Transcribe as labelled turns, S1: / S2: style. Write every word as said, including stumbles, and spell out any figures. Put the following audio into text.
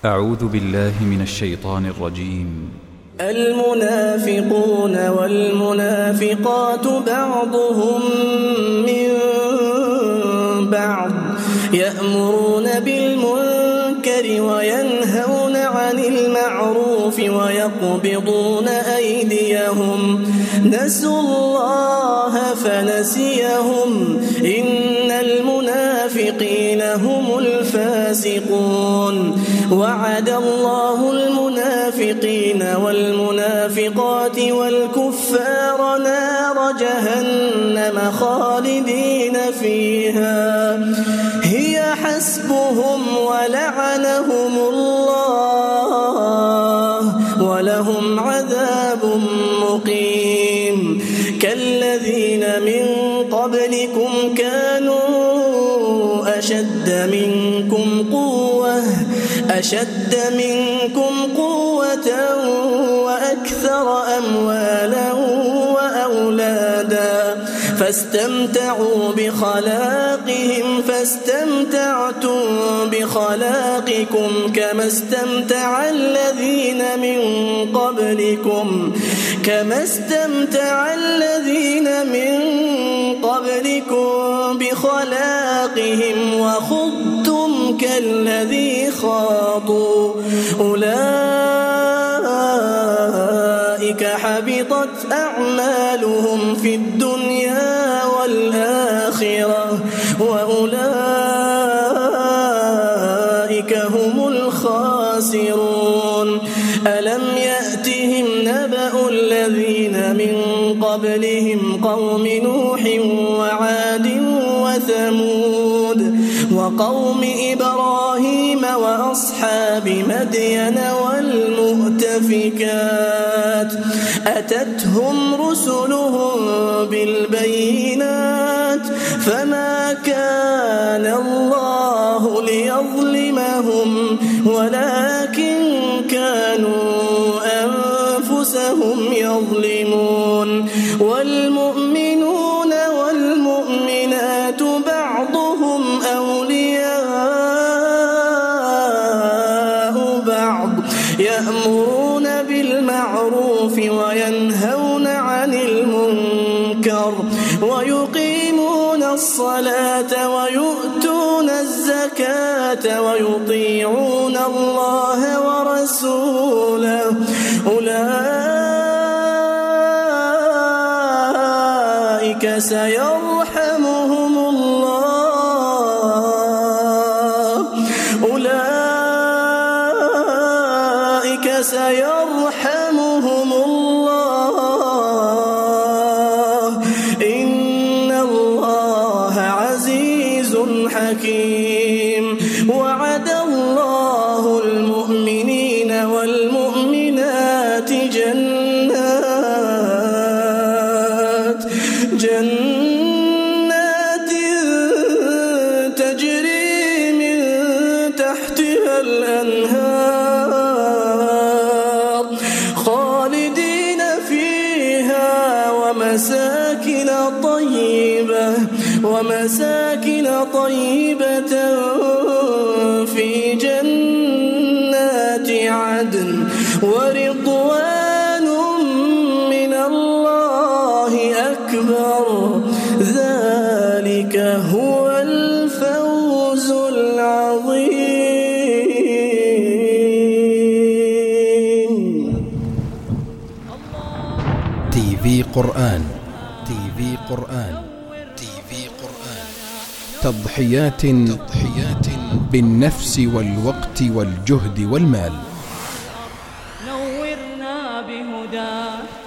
S1: أعوذ بالله من الشيطان الرجيم.
S2: المنافقون والمنافقات بعضهم من بعض يأمرون بالمنكر وينهون عن المعروف ويقبضون أيديهم نسوا الله فنسيهم إن المنافقين هم الفاسقون وعد الله المنافقين والمنافقات والكفار نار جهنم خالدين فيها هي حسبهم ولعنهم الله ولهم عذاب مقيم كالذين من قبلكم كانوا أشد منكم قوة أشد منكم قوة وأكثر أموالا وأولادا فاستمتعوا بخلاقهم فاستمتعتم بخلاقكم كما استمتع الذين من قبلكم كما استمتع الذين من قبلكم بخلاقهم وخضتم كالذي خاضوا أولئك حبطت أعمالهم في الدنيا والآخرة وأولئك هم الخاسرون ألم يأتهم نبأ الذين من قبلهم قوم نوح وعاد وثمود وقوم إبراهيم وأصحاب مدين والمؤتفكات أتتهم رسلهم بالبينات فما كان الله ليظلمهم ولكن كانوا أنفسهم يظلمون والمؤمنون والمؤمنات بعضهم أولياء بعض يأمرون بالمعروف وينهون عن المنكر ويقيمون الصلاة ويؤتون الزكاة ويطيعون الله ورسوله أولئك سيرحمهم الله أولئك سيرحمهم الله إن الله عزيز حكيم وعد الله المؤمنين والمؤمنات جنات جنات تجري من تحتها الأنهار خالدين فيها ومساكن طيبة ومساكن طيبة في جنات عدن ورضوان من الله أكبر ذلك هو الفوز العظيم.
S3: تي في قرآن تي في قرآن تي في قرآن تضحيات تضحيات بالنفس والوقت والجهد والمال.
S4: نورنا بهداك